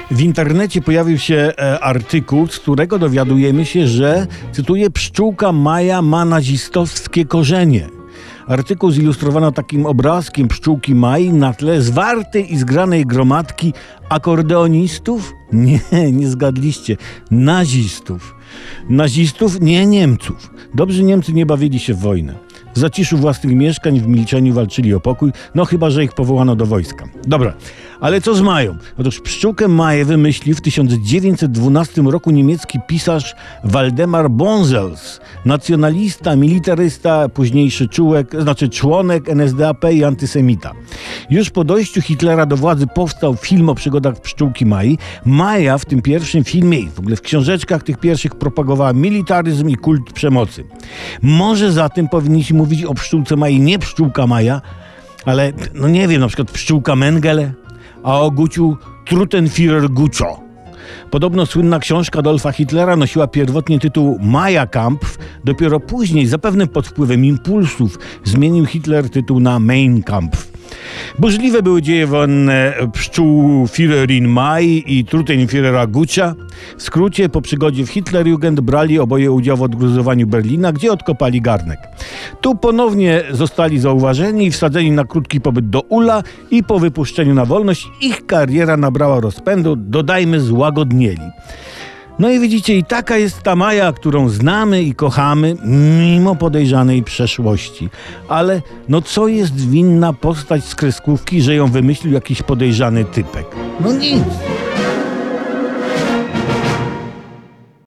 W internecie pojawił się artykuł, z którego dowiadujemy się, że, cytuję, pszczółka Maja ma nazistowskie korzenie. Artykuł zilustrowano takim obrazkiem pszczółki Mai na tle zwartej i zgranej gromadki akordeonistów? Nie zgadliście. Nazistów. Nazistów? Nie Niemców. Dobrzy Niemcy nie bawili się w wojnę. W zaciszu własnych mieszkań, w milczeniu walczyli o pokój, no chyba że ich powołano do wojska. Dobra, ale co z Mają? Otóż pszczółkę Maję wymyślił w 1912 roku niemiecki pisarz Waldemar Bonsels, nacjonalista, militarysta, późniejszy członek NSDAP i antysemita. Już po dojściu Hitlera do władzy powstał film o przygodach pszczółki Mai. Maja w tym pierwszym filmie i w ogóle w książeczkach tych pierwszych propagowała militaryzm i kult przemocy. Może zatem powinniśmy mówić o pszczółce Mai, nie pszczółka Maja, ale no nie wiem, na przykład pszczółka Mengele, a o Guciu Truttenführer Guccio. Podobno słynna książka Adolfa Hitlera nosiła pierwotnie tytuł Maja Kampf. Dopiero później, zapewne pod wpływem impulsów, zmienił Hitler tytuł na Mein Kampf. Burzliwe były dzieje wojenne pszczół Führerin Mai i Truttenführera Guccia. W skrócie, po przygodzie w Hitlerjugend brali oboje udział w odgruzowaniu Berlina, gdzie odkopali garnek. Tu ponownie zostali zauważeni i wsadzeni na krótki pobyt do Ula i po wypuszczeniu na wolność ich kariera nabrała rozpędu, dodajmy złagodnieli. No i widzicie, i taka jest ta Maja, którą znamy i kochamy, mimo podejrzanej przeszłości. Ale no co jest winna postać z kreskówki, że ją wymyślił jakiś podejrzany typek? No nic.